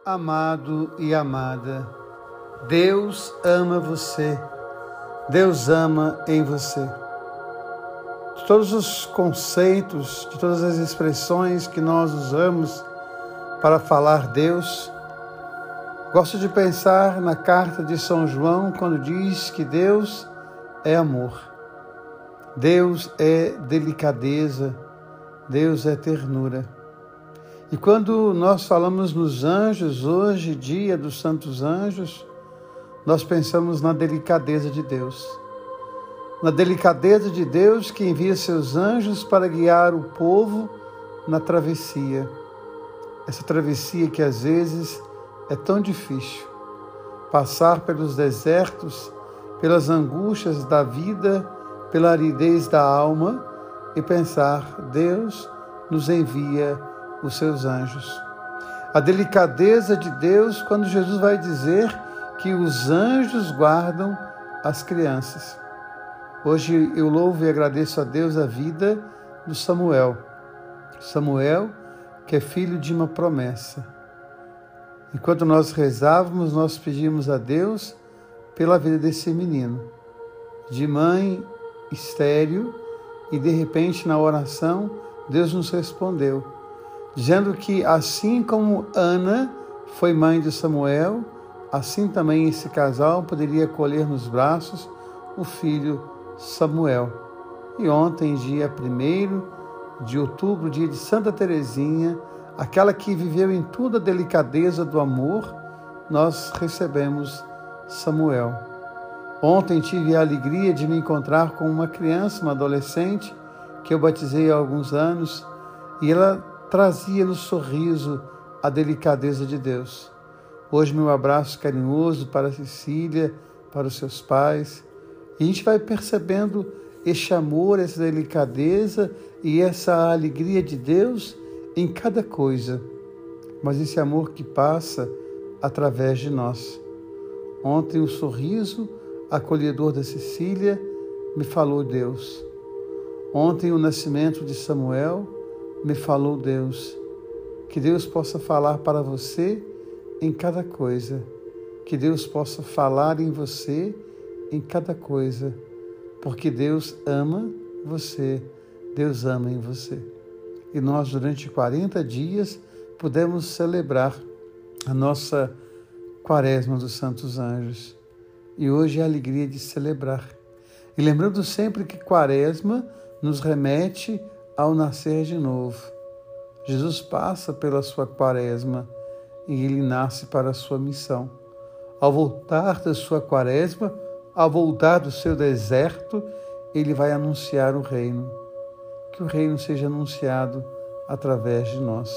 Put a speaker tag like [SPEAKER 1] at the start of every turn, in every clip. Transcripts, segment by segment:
[SPEAKER 1] Amado e amada, Deus ama você, Deus ama em você. De todos os conceitos, de todas as expressões que nós usamos para falar Deus, gosto de pensar na carta de São João, quando diz que Deus é amor, Deus é delicadeza, Deus é ternura. E quando nós falamos nos anjos, hoje, dia dos santos anjos, nós pensamos na delicadeza de Deus. Na delicadeza de Deus que envia seus anjos para guiar o povo na travessia. Essa travessia que às vezes é tão difícil. Passar pelos desertos, pelas angústias da vida, pela aridez da alma e pensar, Deus nos envia os seus anjos. A delicadeza de Deus quando Jesus vai dizer que os anjos guardam as crianças. Hoje eu louvo e agradeço a Deus a vida do Samuel. Samuel, que é filho de uma promessa. Enquanto nós rezávamos, nós pedimos a Deus pela vida desse menino, de mãe estéril, e de repente na oração Deus nos respondeu, dizendo que assim como Ana foi mãe de Samuel, assim também esse casal poderia acolher nos braços o filho Samuel. E ontem, dia 1º de outubro, dia de Santa Teresinha, aquela que viveu em toda a delicadeza do amor, nós recebemos Samuel. Ontem tive a alegria de me encontrar com uma criança, uma adolescente, que eu batizei há alguns anos, e ela trazia no sorriso a delicadeza de Deus. Hoje meu abraço carinhoso para a Cecília, para os seus pais. E a gente vai percebendo este amor, essa delicadeza e essa alegria de Deus em cada coisa. Mas esse amor que passa através de nós. Ontem o sorriso acolhedor da Cecília me falou Deus. Ontem o nascimento de Samuel me falou Deus. Que Deus possa falar para você em cada coisa. Que Deus possa falar em você em cada coisa. Porque Deus ama você. Deus ama em você. E nós, durante 40 dias, pudemos celebrar a nossa Quaresma dos Santos Anjos. E hoje é a alegria de celebrar. E lembrando sempre que Quaresma nos remete ao nascer de novo. Jesus passa pela sua quaresma e ele nasce para a sua missão. Ao voltar da sua quaresma, ao voltar do seu deserto, ele vai anunciar o reino. Que o reino seja anunciado através de nós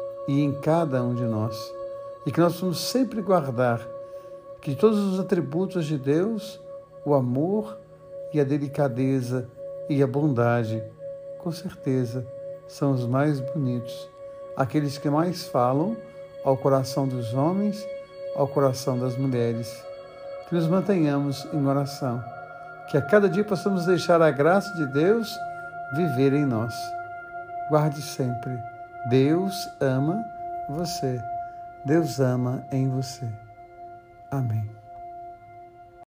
[SPEAKER 1] e em cada um de nós. E que nós vamos sempre guardar que todos os atributos de Deus, o amor e a delicadeza e a bondade, com certeza, são os mais bonitos, aqueles que mais falam ao coração dos homens, ao coração das mulheres. Que nos mantenhamos em oração, que a cada dia possamos deixar a graça de Deus viver em nós. Guarde sempre, Deus ama você, Deus ama em você. Amém.